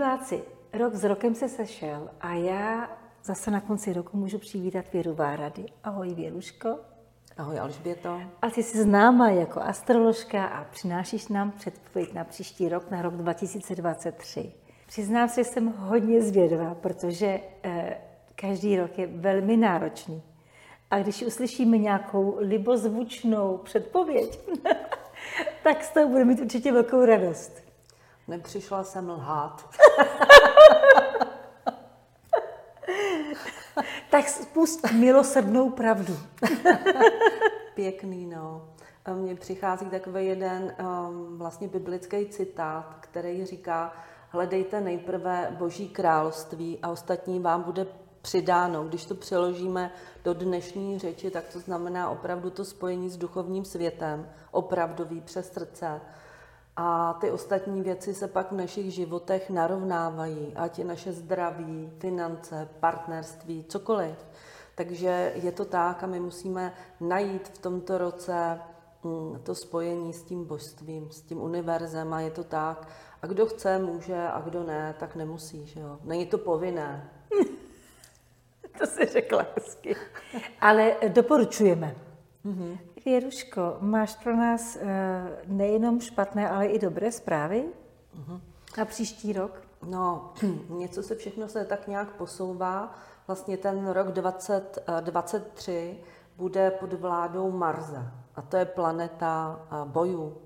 diváci, rok s rokem se sešel a já zase na konci roku můžu přivítat Věru Várady. Ahoj Věruško. Ahoj Alžběto. A ty jsi známá jako astroložka a přinášíš nám předpověď na příští rok, na rok 2023. Přiznám se, že jsem hodně zvědavá, protože každý rok je velmi náročný. A když uslyšíme nějakou libozvučnou předpověď, tak z toho bude mít určitě velkou radost. Nepřišla jsem lhát. Tak spust milosrdnou pravdu. Pěkný, no. Mně přichází takový jeden vlastně biblický citát, který říká: hledejte nejprve Boží království a ostatní vám bude přidáno. Když to přeložíme do dnešní řeči, tak to znamená opravdu to spojení s duchovním světem, opravdový přes srdce. A ty ostatní věci se pak v našich životech narovnávají, ať je naše zdraví, finance, partnerství, cokoliv. Takže je to tak a my musíme najít v tomto roce to spojení s tím božstvím, s tím univerzem a je to tak. A kdo chce, může a kdo ne, tak nemusí, že jo. Není to povinné. To jsi řekla hezky. Ale doporučujeme. Mm-hmm. Věruško, máš pro nás nejenom špatné, ale i dobré zprávy na příští rok? No, něco se všechno se tak nějak posouvá. Vlastně ten rok 2023 bude pod vládou Marse. A to je planeta bojů,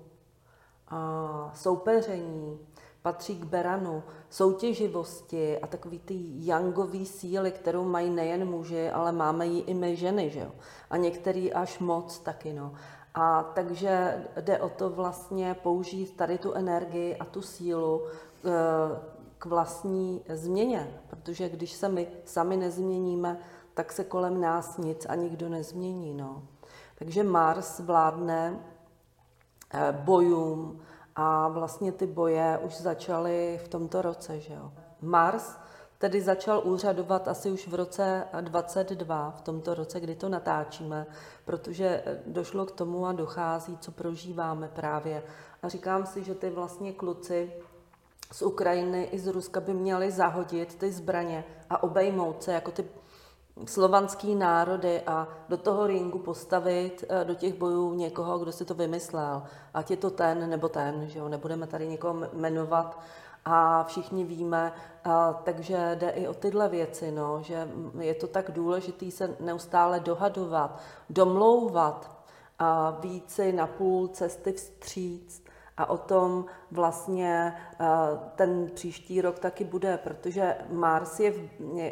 soupeření, patří k beranu, soutěživosti a takový ty yangový síly, kterou mají nejen muži, ale máme ji i my ženy, že jo? A některý až moc taky, no. A takže jde o to vlastně použít tady tu energii a tu sílu k vlastní změně, protože když se my sami nezměníme, tak se kolem nás nic a nikdo nezmění, no. Takže Mars vládne bojům, a vlastně ty boje už začaly v tomto roce, že jo. Mars tedy začal úřadovat asi už v roce 2022, v tomto roce, kdy to natáčíme, protože došlo k tomu a dochází, co prožíváme právě. A říkám si, že ty vlastně kluci z Ukrajiny i z Ruska by měli zahodit ty zbraně a obejmout se jako ty slovanský národy a do toho ringu postavit do těch bojů někoho, kdo si to vymyslel. Ať je to ten nebo ten, že jo, nebudeme tady někoho jmenovat a všichni víme, takže jde i o tyhle věci, no, že je to tak důležité se neustále dohadovat, domlouvat a víc si na půl cesty vstříc. A o tom vlastně ten příští rok taky bude, protože Mars je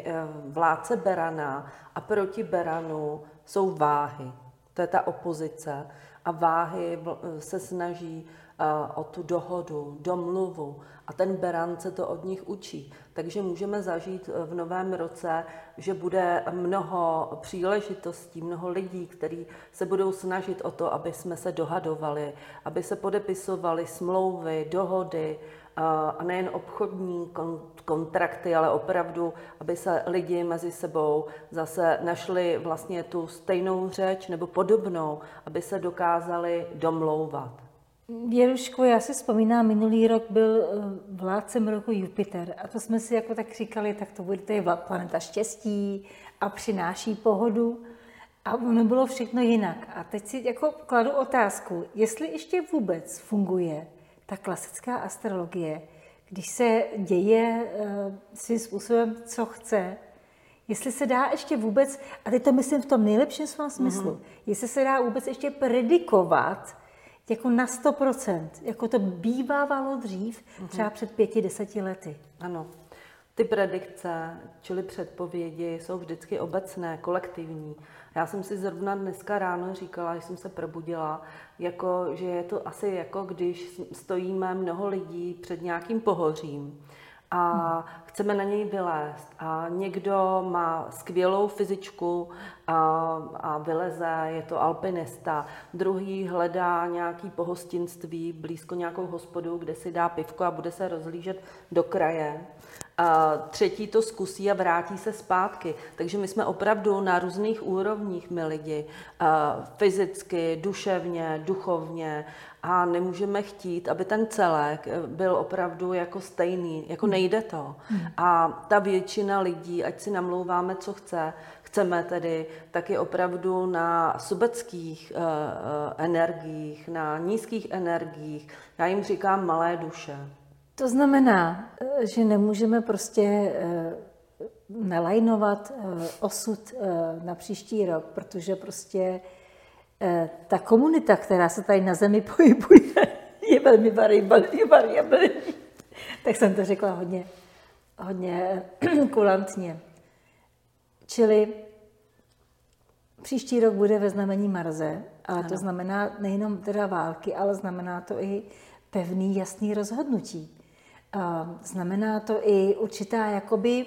vládce berana a proti beranu jsou váhy. To je ta opozice. A váhy se snaží o tu dohodu, domluvu. A ten beran se to od nich učí. Takže můžeme zažít v novém roce, že bude mnoho příležitostí, mnoho lidí, kteří se budou snažit o to, aby jsme se dohadovali, aby se podepisovaly smlouvy, dohody, a nejen obchodní kontrakty, ale opravdu, aby se lidi mezi sebou zase našli vlastně tu stejnou řeč nebo podobnou, aby se dokázali domlouvat. Věruško, já si vzpomínám, minulý rok byl vládcem roku Jupiter a to jsme si jako tak říkali, tak to bude tady planeta štěstí a přináší pohodu a ono bylo všechno jinak. A teď si jako kladu otázku, jestli ještě vůbec funguje ta klasická astrologie, když se děje svým způsobem, co chce, jestli se dá ještě vůbec, a teď to myslím v tom nejlepším svém smyslu, jestli se dá vůbec ještě predikovat jako na 100%, jako to bývávalo dřív, třeba před 5-10 lety. Ano. Ty predikce, čili předpovědi, jsou vždycky obecné, kolektivní. Já jsem si zrovna dneska ráno říkala, když jsem se probudila, jako, že je to asi jako když stojíme mnoho lidí před nějakým pohořím a chceme na něj vylézt a někdo má skvělou fyzičku a vyleze, je to alpinista, druhý hledá nějaký pohostinství, blízko nějakou hospodu, kde si dá pivko a bude se rozhlížet do kraje. a třetí to zkusí a vrátí se zpátky. Takže my jsme opravdu na různých úrovních, my lidi, fyzicky, duševně, duchovně, a nemůžeme chtít, aby ten celek byl opravdu jako stejný, jako nejde to. A ta většina lidí, ať si namlouváme, co chceme tedy, tak je opravdu na subeckých energiích, na nízkých energiích. Já jim říkám malé duše. To znamená, že nemůžeme prostě nalajnovat osud na příští rok, protože prostě ta komunita, která se tady na Zemi pohybuje, je velmi variabilní. Tak jsem to řekla hodně kulantně. Čili příští rok bude ve znamení Marse, ale to znamená nejenom teda války, ale znamená to i pevný, jasný rozhodnutí. Znamená to i určitá jakoby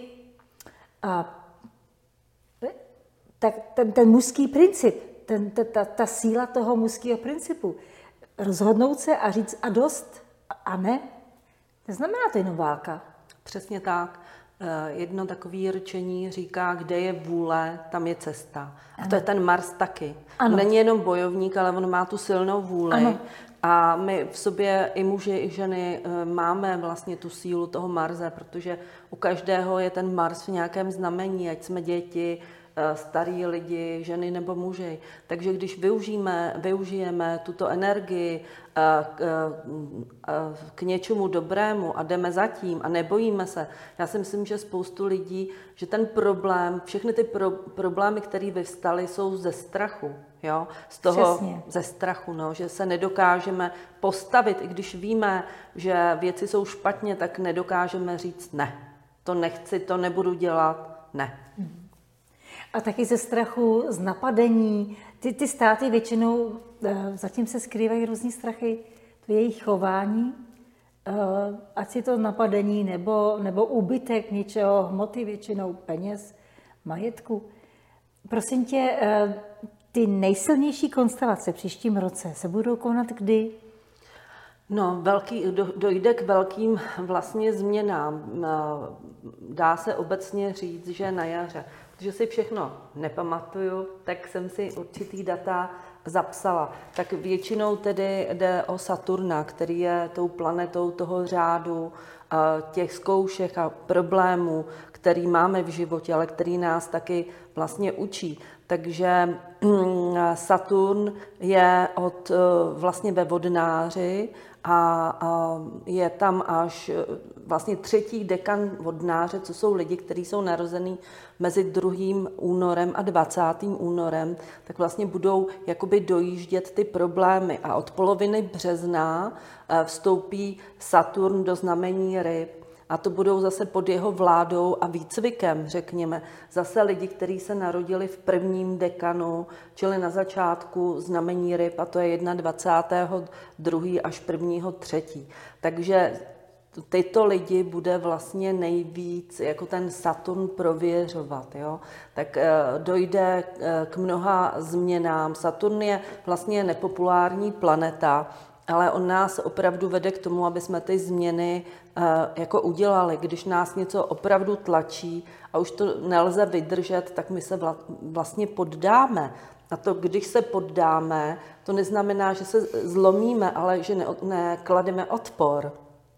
ten mužský princip, ta síla toho mužského principu. Rozhodnout se a říct a dost a ne. Neznamená to jenom válka. Přesně tak. Jedno takové rčení říká, kde je vůle, tam je cesta. A to je ten Mars taky. Ano. Není jenom bojovník, ale on má tu silnou vůli. Ano. A my v sobě, i muži, i ženy, máme vlastně tu sílu toho Marse, protože u každého je ten Mars v nějakém znamení, ať jsme děti, starí lidi, ženy nebo muži. Takže když využijeme tuto energii k něčemu dobrému a jdeme za tím a nebojíme se, já si myslím, že spoustu lidí, že ten problém, všechny ty problémy, které vyvstaly, jsou ze strachu. Jo? Z toho, Přesně. ze strachu, no, že se nedokážeme postavit, i když víme, že věci jsou špatně, tak nedokážeme říct ne. To nechci, to nebudu dělat, ne. A taky ze strachu, z napadení. Ty státy většinou, zatím se skrývají různý strachy, to jejich chování, ať je to napadení nebo úbytek něčeho, hmoty většinou, peněz, majetku. Prosím tě, ty nejsilnější konstelace v příštím roce se budou konat kdy? No, dojde k velkým vlastně změnám. Dá se obecně říct, že na jaře. Protože si všechno nepamatuju, tak jsem si určitý data zapsala. Tak většinou tedy jde o Saturna, který je tou planetou toho řádu, těch zkoušek a problémů, který máme v životě, ale který nás taky vlastně učí. Takže Saturn je vlastně ve vodnáři a je tam až vlastně třetí dekan vodnáře, co jsou lidi, kteří jsou narození mezi 2. únorem a 20. únorem, tak vlastně budou jakoby dojíždět ty problémy. A od poloviny března vstoupí Saturn do znamení Ryb. A to budou zase pod jeho vládou a výcvikem, řekněme. Zase lidi, kteří se narodili v 1. dekanu, čili na začátku znamení Ryb, a to je 21. až 1. 3. Takže tyto lidi bude vlastně nejvíc jako ten Saturn prověřovat. Jo? Tak dojde k mnoha změnám. Saturn je vlastně nepopulární planeta, ale on nás opravdu vede k tomu, aby jsme ty změny jako udělali. Když nás něco opravdu tlačí a už to nelze vydržet, tak my se vlastně poddáme. A to, když se poddáme, to neznamená, že se zlomíme, ale že neklademe odpor.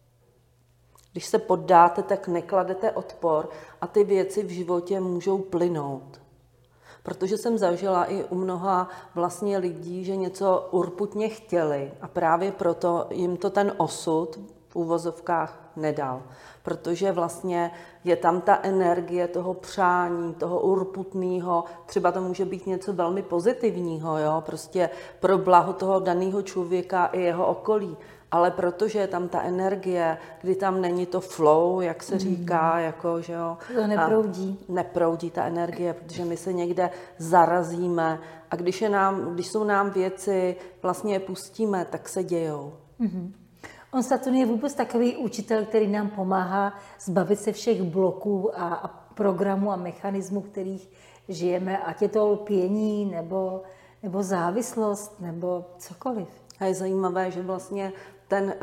Když se poddáte, tak nekladete odpor a ty věci v životě můžou plynout. Protože jsem zažila i u mnoha vlastně lidí, že něco urputně chtěli a právě proto jim to ten osud v uvozovkách nedal. Protože vlastně je tam ta energie toho přání, toho urputného, třeba to může být něco velmi pozitivního, jo? Prostě pro blaho toho daného člověka i jeho okolí. Ale protože je tam ta energie, kdy tam není to flow, jak se říká, jako, že jo. To neproudí. Neproudí ta energie, protože my se někde zarazíme a když jsou nám věci, vlastně je pustíme, tak se dějou. On Saturn je vůbec takový učitel, který nám pomáhá zbavit se všech bloků a programů a mechanismů, kterých žijeme, ať je to lpění nebo závislost nebo cokoliv. A je zajímavé, že vlastně ten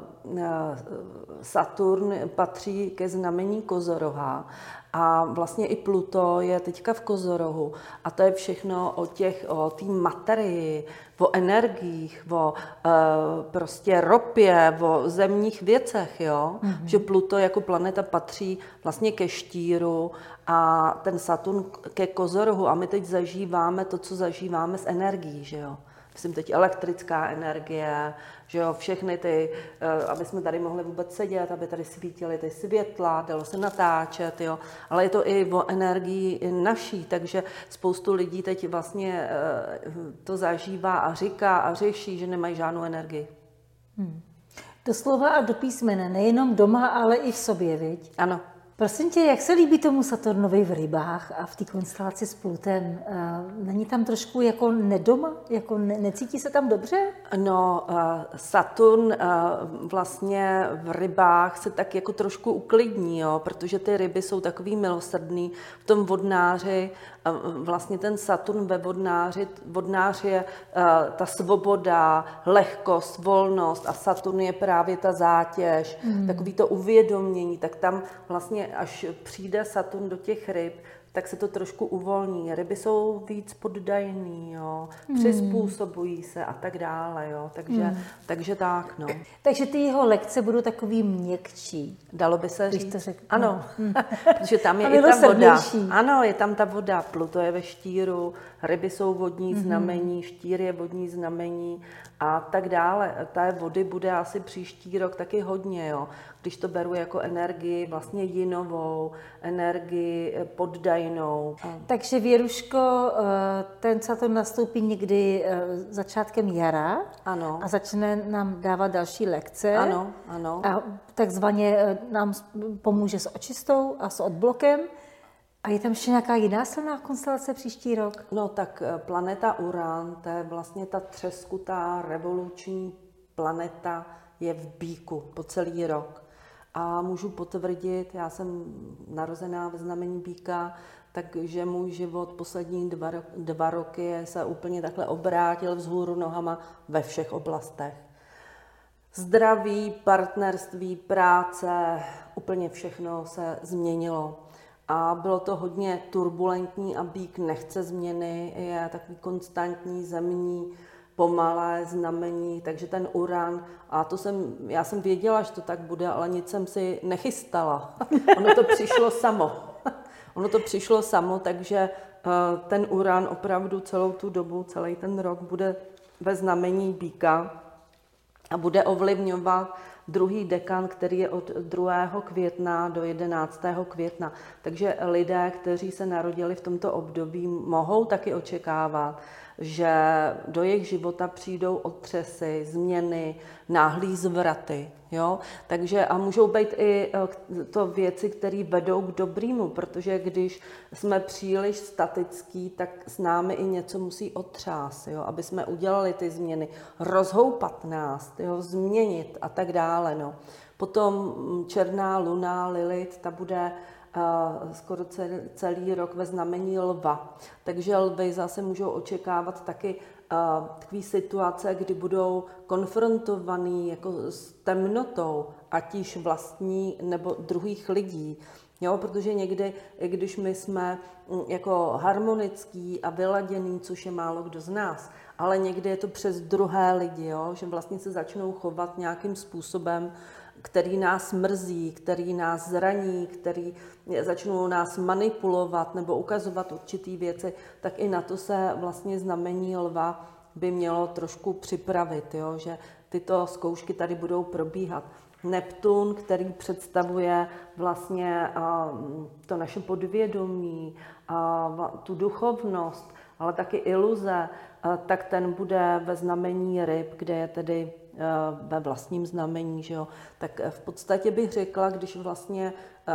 Saturn patří ke znamení Kozoroha a vlastně i Pluto je teďka v Kozorohu a to je všechno o té materii, o energiích, o prostě ropě, o zemních věcech, jo? Že Pluto jako planeta patří vlastně ke štíru a ten Saturn ke Kozorohu a my teď zažíváme to, co zažíváme s energií, že jo? Myslím teď elektrická energie, že jo, všechny ty, aby jsme tady mohli vůbec sedět, aby tady svítily ty světla, dalo se natáčet, jo, ale je to i o energii naší, takže spoustu lidí teď vlastně to zažívá a říká a řeší, že nemají žádnou energii. Doslova a do písmene, nejenom doma, ale i v sobě, viď? Ano. Prosím tě, jak se líbí tomu Saturnovi v rybách a v té konstelaci s Plutem? Není tam trošku jako nedoma? Jako necítí se tam dobře? No, Saturn vlastně v rybách se tak jako trošku uklidní, jo, protože ty ryby jsou takový milosrdný. V tom vodnáři, vlastně ten Saturn ve vodnáři je ta svoboda, lehkost, volnost a Saturn je právě ta zátěž, takový to uvědomění, tak tam vlastně až přijde Saturn do těch ryb, tak se to trošku uvolní. Ryby jsou víc poddajný, jo, přizpůsobují se a tak dále, jo, takže tak, no. Takže ty jeho lekce budou takový měkčí. Dalo by se Když říct. to řeknu. Ano, protože tam je A i ta voda. milosrdnější. Ano, je tam ta voda, Pluto je ve štíru, ryby jsou vodní znamení, štír je vodní znamení a tak dále. Té vody bude asi příští rok taky hodně, jo. Když to beru jako energii vlastně jinovou, energii poddajnou. Takže Věruško, ten Saturn nastoupí někdy začátkem jara Ano. a začne nám dávat další lekce. Ano, ano. A takzvaně nám pomůže s očistou a s odblokem. A je tam ještě nějaká jiná silná konstelace příští rok? No tak planeta Uran, to je vlastně ta třeskutá revoluční planeta, je v Býku po celý rok. A můžu potvrdit, já jsem narozená ve znamení Býka, takže můj život poslední 2 roky se úplně takhle obrátil vzhůru nohama ve všech oblastech. Zdraví, partnerství, práce, úplně všechno se změnilo. A bylo to hodně turbulentní a Býk nechce změny, je takový konstantní, zemní, pomalé znamení, takže ten Uran, a já jsem věděla, že to tak bude, ale nic jsem si nechystala. Ono to přišlo samo. Ono to přišlo samo, takže ten Uran opravdu celou tu dobu, celý ten rok bude ve znamení Býka a bude ovlivňovat druhý dekan, který je od 2. května do 11. května. Takže lidé, kteří se narodili v tomto období, mohou taky očekávat, že do jejich života přijdou otřesy, změny, náhlý zvraty. Jo? Takže a můžou být i to věci, které vedou k dobrému, protože když jsme příliš statický, tak s námi i něco musí otřást, jo? Aby jsme udělali ty změny, rozhoupat nás, jo? Změnit a tak dále. No. Potom černá luna, Lilith, ta bude skoro celý rok ve znamení lva. Takže lvy zase můžou očekávat taky takové situace, kdy budou konfrontovaný jako s temnotou, ať již vlastní nebo druhých lidí. Jo, protože někdy, když my jsme jako harmonický a vyladěný, což je málo kdo z nás, ale někdy je to přes druhé lidi, jo, že vlastně se začnou chovat nějakým způsobem, který nás mrzí, který nás zraní, který začnou nás manipulovat nebo ukazovat určitý věci, tak i na to se vlastně znamení lva by mělo trošku připravit, jo? Že tyto zkoušky tady budou probíhat. Neptun, který představuje vlastně to naše podvědomí, tu duchovnost, ale taky iluze, tak ten bude ve znamení ryb, kde je tedy ve vlastním znamení, že jo. Tak v podstatě bych řekla, když vlastně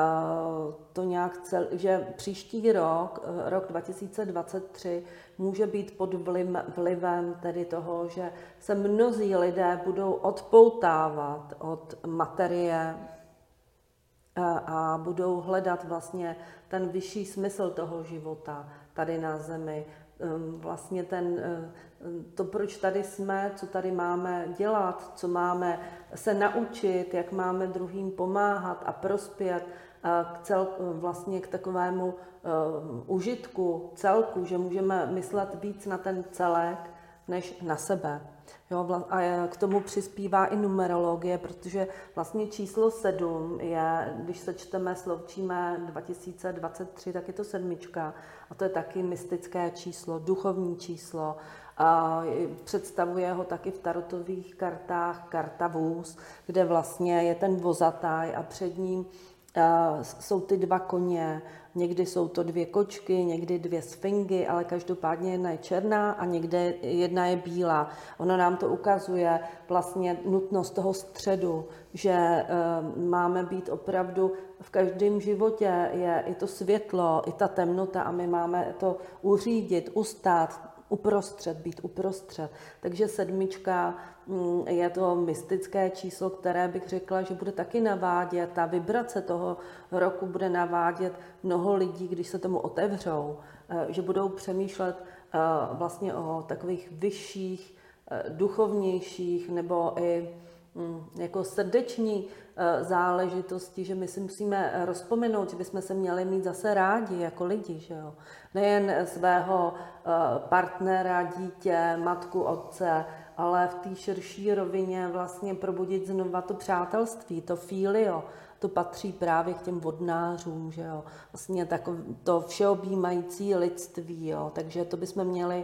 to nějak že příští rok, rok 2023, může být pod vlivem tedy toho, že se mnozí lidé budou odpoutávat od materie a budou hledat vlastně ten vyšší smysl toho života tady na zemi, vlastně to, proč tady jsme, co tady máme dělat, co máme se naučit, jak máme druhým pomáhat a prospět vlastně k takovému užitku, celku, že můžeme myslet víc na ten celek, než na sebe. Jo, a k tomu přispívá i numerologie, protože vlastně číslo 7 je, když sečteme, sloučíme 2023, tak je to 7. A to je taky mystické číslo, duchovní číslo. A představuje ho taky v tarotových kartách karta vůz, kde vlastně je ten vozataj a před ním jsou ty 2 koně, někdy jsou to 2 kočky, někdy 2 sfingy, ale každopádně jedna je černá a někde jedna je bílá. Ono nám to ukazuje vlastně nutnost toho středu, že máme být opravdu v každém životě, je i to světlo, i ta temnota a my máme to uřídit, ustát, uprostřed, být uprostřed. Takže 7 je to mystické číslo, které bych řekla, že bude taky navádět. Ta vibrace toho roku bude navádět mnoho lidí, když se tomu otevřou, že budou přemýšlet vlastně o takových vyšších, duchovnějších nebo i jako srdeční záležitosti, že my si musíme rozpomenout, že bychom se měli mít zase rádi jako lidi, že jo? Nejen svého partnera, dítě, matku, otce, ale v té širší rovině vlastně probudit znova to přátelství, to filio. To patří právě k těm vodnářům, že jo? Vlastně to všeobjímající lidství, jo? Takže to bychom měli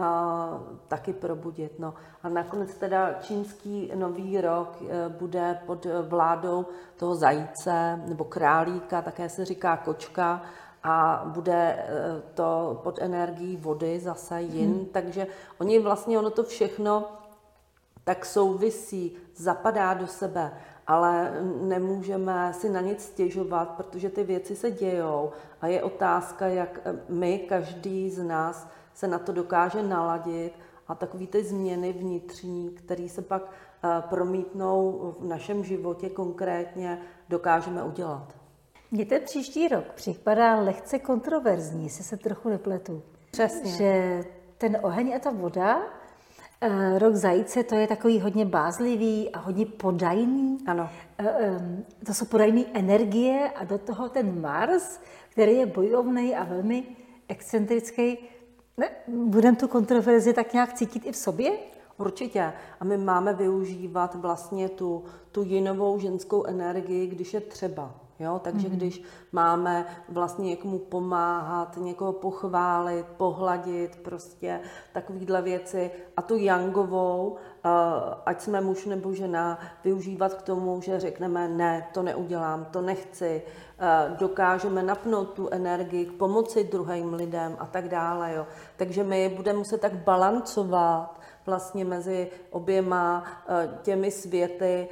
taky probudit. No. A nakonec teda čínský nový rok bude pod vládou toho zajíce nebo králíka, také se říká kočka, a bude to pod energií vody zase jin, takže ono to všechno tak souvisí, zapadá do sebe, ale nemůžeme si na nic stěžovat, protože ty věci se dějou a je otázka, jak my, každý z nás, se na to dokáže naladit a takový ty změny vnitřní, které se pak promítnou v našem životě konkrétně, dokážeme udělat. Mně ten příští rok připadá lehce kontroverzní, jestli se trochu nepletu. Přesně. Že ten oheň a ta voda, rok zajíce, to je takový hodně bázlivý a hodně podajný. Ano. To jsou podajné energie a do toho ten Mars, který je bojovný a velmi excentrický. Budeme tu kontroverzi tak nějak cítit i v sobě? Určitě. A my máme využívat vlastně tu jinovou ženskou energii, když je třeba. Jo? Takže když máme vlastně někomu pomáhat, někoho pochválit, pohladit, prostě takovýhle věci a tu yangovou, ať jsme muž nebo žena, využívat k tomu, že řekneme ne, to neudělám, to nechci, dokážeme napnout tu energii k pomoci druhým lidem a tak dále. Jo? Takže my budeme muset tak balancovat vlastně mezi oběma těmi světy,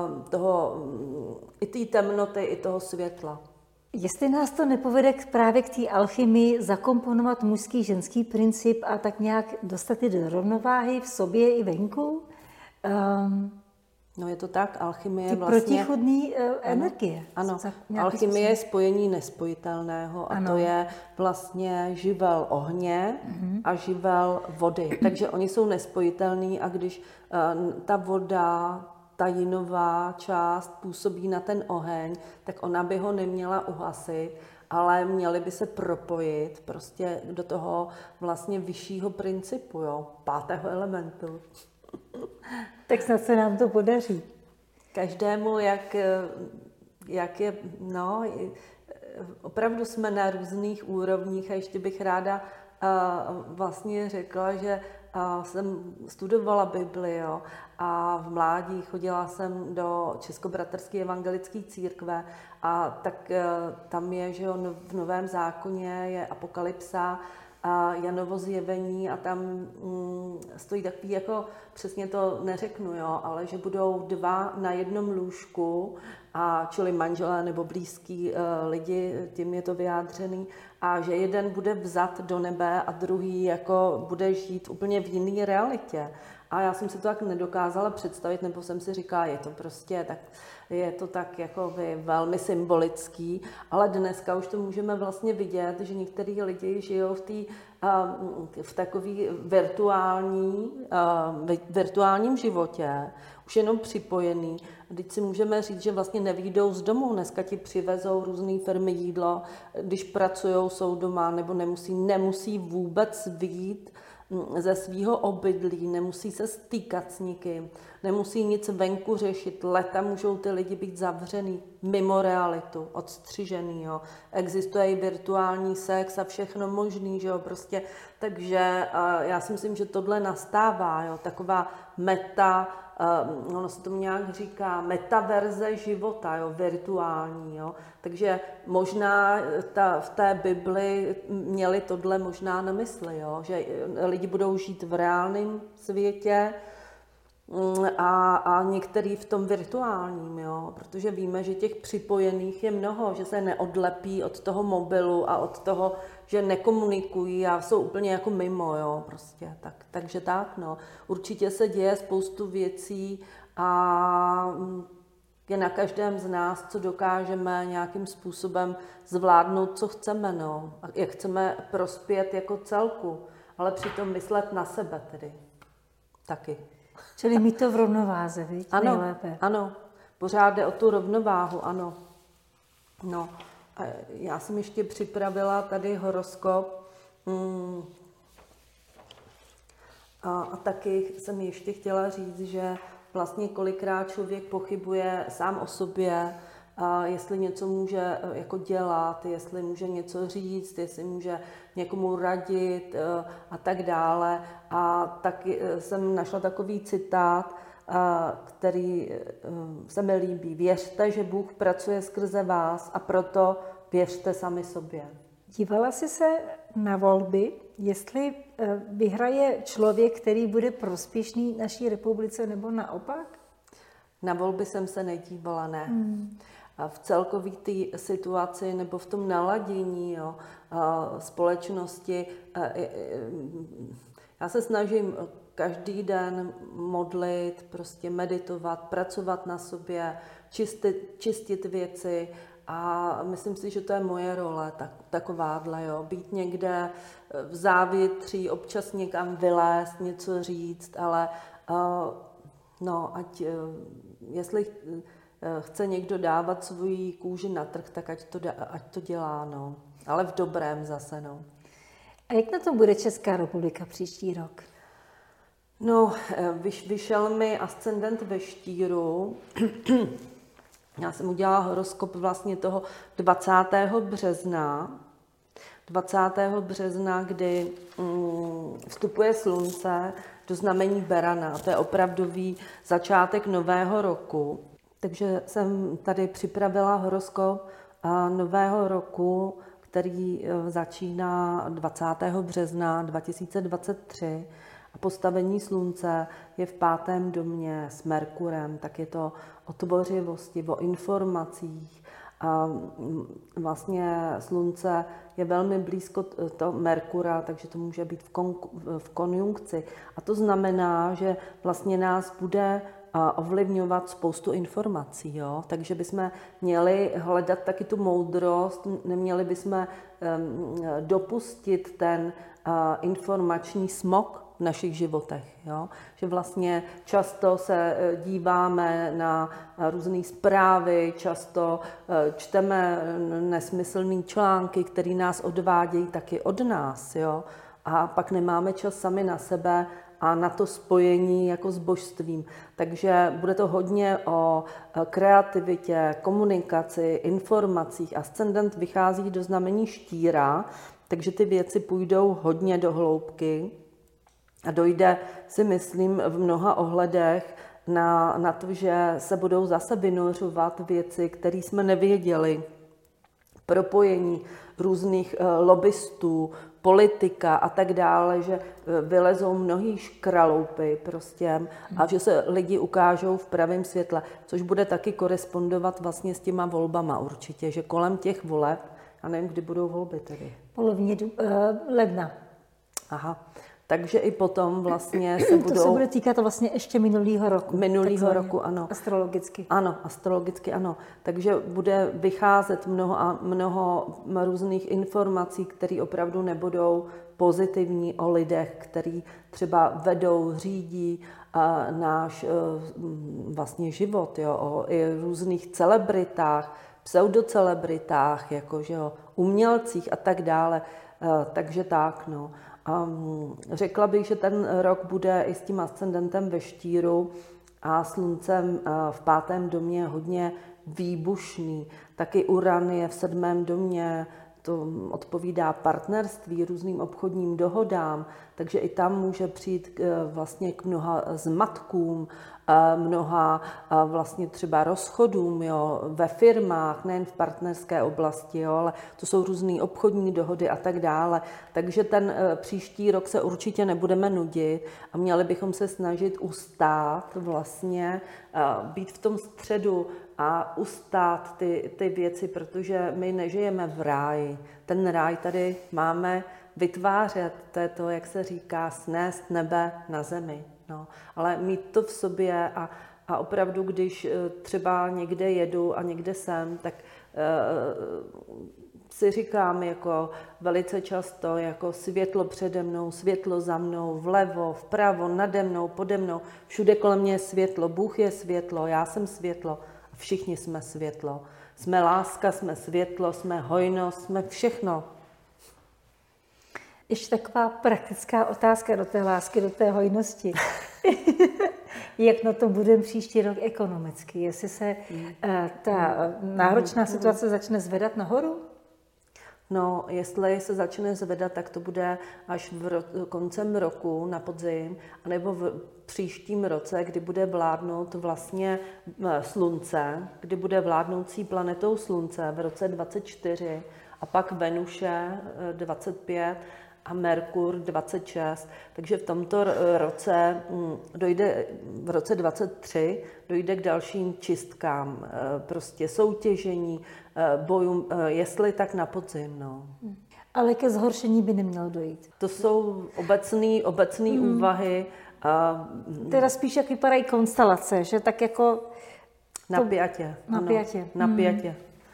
i té temnoty, i toho světla. Jestli nás to nepovede právě k té alchymii, zakomponovat mužský, ženský princip a tak nějak dostat je do rovnováhy v sobě i venku? No je to tak, alchymie vlastně... protichůdné energie. Ano, alchymie je spojení nespojitelného a to je vlastně živel ohně a živel vody. Takže oni jsou nespojitelní a když ta voda, ta jinová část působí na ten oheň, tak ona by ho neměla uhasit, ale měli by se propojit prostě do toho vlastně vyššího principu, jo, 5. elementu. Tak snad se nám to podaří. Každému, jak je, no, opravdu jsme na různých úrovních a ještě bych ráda vlastně řekla, že jsem studovala Bibli, jo, a v mládí chodila jsem do Českobratrské evangelické církve a tak tam je, že jo, v Novém zákoně je Apokalypsa, a Janovo zjevení a tam stojí takový, jako přesně to neřeknu, jo, ale že budou 2 na jednom lůžku a čili manželé nebo blízký lidi, tím je to vyjádřený, a že jeden bude vzat do nebe a druhý jako bude žít úplně v jiné realitě. A já jsem si to tak nedokázala představit, nebo jsem si říkala, je to tak jako velmi symbolický, ale dneska už to můžeme vlastně vidět, že některý lidi žijou v takový virtuálním životě, už jenom připojený. Teď si můžeme říct, že vlastně nevyjdou z domu, dneska ti přivezou různé firmy jídlo, když pracují, jsou doma, nebo nemusí vůbec vyjít ze svého obydlí, nemusí se stýkat s nikým, nemusí nic venku řešit, leta můžou ty lidi být zavřený mimo realitu, odstřižený, jo. Existuje i virtuální sex a všechno možný, že jo, prostě, takže já si myslím, že tohle nastává, jo, taková ono se tomu nějak říká, metaverze života, jo, virtuální, jo. Takže možná v té Bibli měli tohle možná na mysli, jo, že lidi budou žít v reálném světě a některý v tom virtuálním, jo, protože víme, že těch připojených je mnoho, že se neodlepí od toho mobilu a od toho, že nekomunikují a jsou úplně jako mimo, jo, prostě, takže tak, no. Určitě se děje spoustu věcí a je na každém z nás, co dokážeme nějakým způsobem zvládnout, co chceme, no, a jak chceme prospět jako celku, ale přitom myslet na sebe tedy, taky. Čili mít to v rovnováze, víš? Ano, nejlépe. ano, pořád jde o tu rovnováhu, ano. No, a já jsem ještě připravila tady horoskop a taky jsem ještě chtěla říct, že vlastně kolikrát člověk pochybuje sám o sobě, jestli něco může jako dělat, jestli může něco říct, jestli může někomu radit a tak dále. A taky jsem našla takový citát, který se mi líbí. Věřte, že Bůh pracuje skrze vás a proto věřte sami sobě. Dívala jsi se na volby, jestli vyhraje člověk, který bude prospěšný naší republice, nebo naopak? Na volby jsem se nedívala, ne. A v celkové té situaci nebo v tom naladění, jo, společnosti, já se snažím každý den modlit, prostě meditovat, pracovat na sobě, čistit věci a myslím si, že to je moje role, takováhle, jo, být někde v závětří, občas někam vylézt, něco říct, ale no, jestli chce někdo dávat svoji kůži na trh, tak ať to dělá, no. Ale v dobrém zase, no. A jak na to bude Česká republika příští rok? No, vyšel mi ascendent ve štíru. Já jsem udělala horoskop vlastně toho 20. března. 20. března, kdy vstupuje slunce do znamení Berana. To je opravdový začátek nového roku. Takže jsem tady připravila horoskop nového roku, který začíná 20. března 2023 a postavení slunce je v 5. domě s Merkurem, tak je to o tvořivosti, o informacích a vlastně slunce je velmi blízko to Merkura, takže to může být v konjunkci a to znamená, že vlastně nás bude ovlivňovat spoustu informací, jo? Takže bychom měli hledat taky tu moudrost, neměli bychom dopustit ten informační smog v našich životech, jo? Že vlastně často se díváme na různé zprávy, často čteme nesmyslné články, které nás odvádějí taky od nás, jo? A pak nemáme čas sami na sebe a na to spojení jako s božstvím. Takže bude to hodně o kreativitě, komunikaci, informacích. Ascendent vychází do znamení štíra, takže ty věci půjdou hodně do hloubky a dojde, si myslím, v mnoha ohledech na to, že se budou zase vynořovat věci, které jsme nevěděli propojení různých lobbystů, politika a tak dále, že vylezou mnohý škraloupy prostě a že se lidi ukážou v pravém světle, což bude taky korespondovat vlastně s těma volbama určitě, že kolem těch voleb, já nevím, kdy budou volby tedy. Polovině ledna. Aha. Takže i potom vlastně se budou... To se bude týkat vlastně ještě minulého roku. Minulého roku, ano. Astrologicky. Ano, astrologicky ano. Takže bude vycházet mnoho různých informací, které opravdu nebudou pozitivní o lidech, který třeba vedou, řídí náš vlastně život, jo, o i různých celebritách, pseudocelebritách, jakože jo, umělcích a tak dále. Takže tak, no. A řekla bych, že ten rok bude i s tím ascendentem ve Štíru a sluncem v 5. domě hodně výbušný. Taky Uran je v 7. domě, to odpovídá partnerství, různým obchodním dohodám, takže i tam může přijít vlastně k mnoha zmatkům, mnoha vlastně třeba rozchodům, jo, ve firmách, nejen v partnerské oblasti, jo, ale to jsou různé obchodní dohody a tak dále. Takže ten příští rok se určitě nebudeme nudit a měli bychom se snažit ustát vlastně, být v tom středu a ustát ty věci, protože my nežijeme v ráji. Ten ráj tady máme vytvářet, to je to, jak se říká, snést nebe na zemi. No, ale mít to v sobě a opravdu, když třeba někde jedu a někde jsem, tak si říkám jako velice často jako světlo přede mnou, světlo za mnou, vlevo, vpravo, nade mnou, pode mnou, všude kolem mě je světlo, Bůh je světlo, já jsem světlo a všichni jsme světlo. Jsme láska, jsme světlo, jsme hojnost, jsme všechno. Ještě taková praktická otázka do té lásky, do té hojnosti. Jak na to budeme příští rok ekonomicky? Jestli se ta náročná situace začne zvedat nahoru? No, jestli se začne zvedat, tak to bude až koncem roku na podzim, anebo v příštím roce, kdy bude vládnout vlastně Slunce, kdy bude vládnoucí planetou Slunce v roce 24 a pak Venuše 25 a Merkur 26. Takže v tomto roce v roce 23 dojde k dalším čistkám, prostě soutěžení, bojům, jestli tak na podzim. No. Ale ke zhoršení by nemělo dojít. To jsou obecné úvahy. Teda spíš jak vypadají konstelace, že tak jako... Napjatě. Napjatě. Napjatě.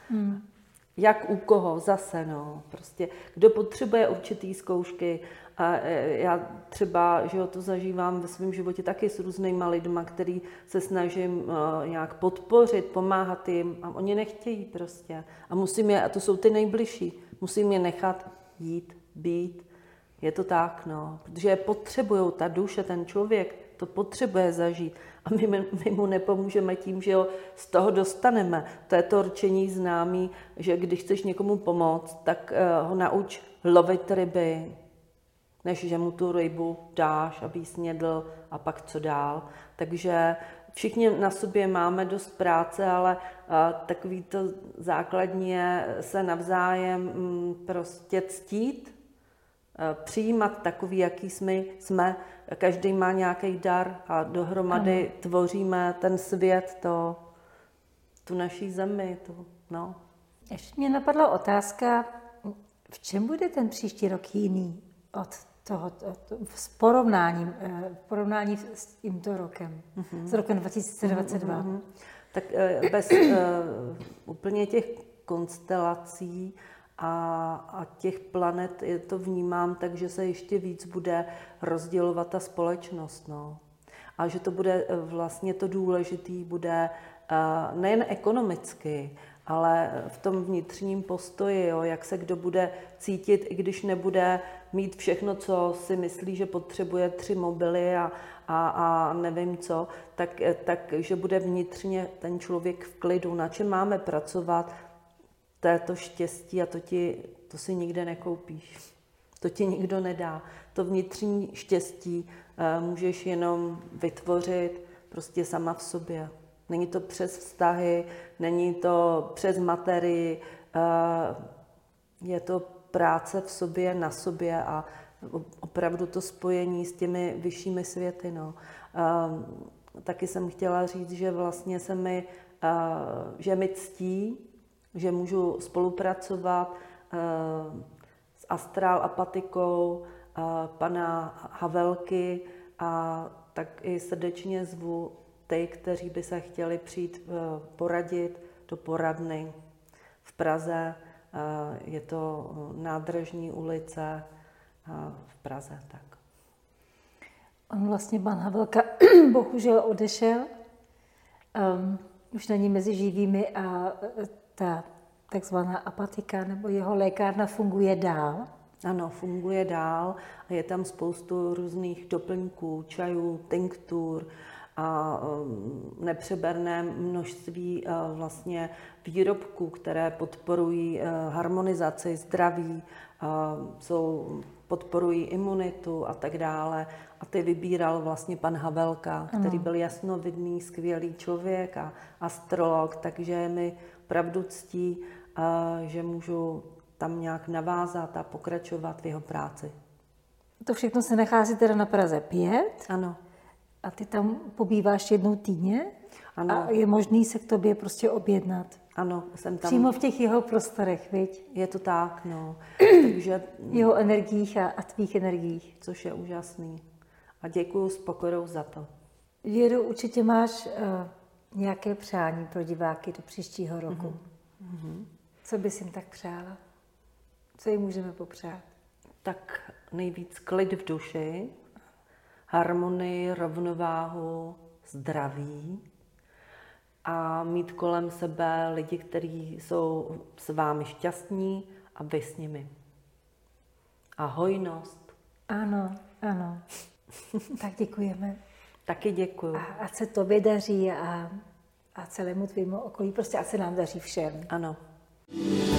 Jak u koho zase, no. Prostě kdo potřebuje určitý zkoušky. A já třeba, že to zažívám ve svém životě taky s různýma lidma, který se snažím nějak podpořit, pomáhat jim a oni nechtějí prostě. A a to jsou ty nejbližší, musím je nechat jít, být. Je to tak, no. Protože potřebujou, ta duše, ten člověk to potřebuje zažít. A my mu nepomůžeme tím, že ho z toho dostaneme. To je to rčení známý, že když chceš někomu pomoct, tak ho nauč lovit ryby, než že mu tu rybu dáš, aby ji snědl a pak co dál. Takže všichni na sobě máme dost práce, ale takový to základní je se navzájem prostě ctít, přijímat takový, jaký jsme. Každý má nějaký dar a dohromady tvoříme ten svět, tu naší zemi. No. Ještě mě napadla otázka, v čem bude ten příští rok jiný od v porovnání s tímto rokem, s rokem 2022. Tak bez úplně těch konstelací a těch planet to vnímám, takže se ještě víc bude rozdělovat ta společnost. No. A že to bude vlastně to důležitý, bude nejen ekonomicky, ale v tom vnitřním postoji, jo, jak se kdo bude cítit, i když nebude mít všechno, co si myslí, že potřebuje 3 mobily a nevím co, tak že bude vnitřně ten člověk v klidu, na čem máme pracovat, to je to štěstí a to si nikde nekoupíš. To ti nikdo nedá. To vnitřní štěstí můžeš jenom vytvořit prostě sama v sobě. Není to přes vztahy, není to přes materii, Je to práce v sobě, na sobě a opravdu to spojení s těmi vyššími světy. No. Taky jsem chtěla říct, že vlastně že mi ctí, že můžu spolupracovat s Astrál Apatikou, pana Havelky, a tak i srdečně zvu ty, kteří by se chtěli přijít poradit do poradny v Praze. Je to Nádražní ulice v Praze. Tak. On vlastně, pan Havelka, bohužel odešel. Už není mezi živými a ta takzvaná apatika nebo jeho lékárna funguje dál. Ano, funguje dál a je tam spoustu různých doplňků, čajů, tinktur a nepřeberné množství vlastně výrobků, které podporují harmonizaci, zdraví, podporují imunitu a tak dále. A ty vybíral vlastně pan Havelka, který byl jasnovidný, skvělý člověk a astrolog, takže mi opravdu ctí, že můžu tam nějak navázat a pokračovat v jeho práci. To všechno se nachází teda na Praze 5. Ano. A ty tam pobýváš jednou týdně? Ano. A je možný se k tobě prostě objednat? Ano, jsem tam. Přímo v těch jeho prostorech, viď? Je to tak, no. Takže jeho energiích a tvých energiích. Což je úžasný. A děkuju s pokorou za to. Věru, určitě máš nějaké přání pro diváky do příštího roku. Mm-hmm. Co bys jim tak přála? Co jim můžeme popřát? Tak nejvíc klid v duši, harmonii, rovnováhu, zdraví a mít kolem sebe lidi, kteří jsou s vámi šťastní a vy s nimi. A hojnost. Ano, ano. Tak děkujeme. Taky děkuju. A ať se tobě daří a celému tvému okolí, prostě ať se nám daří všem. Ano.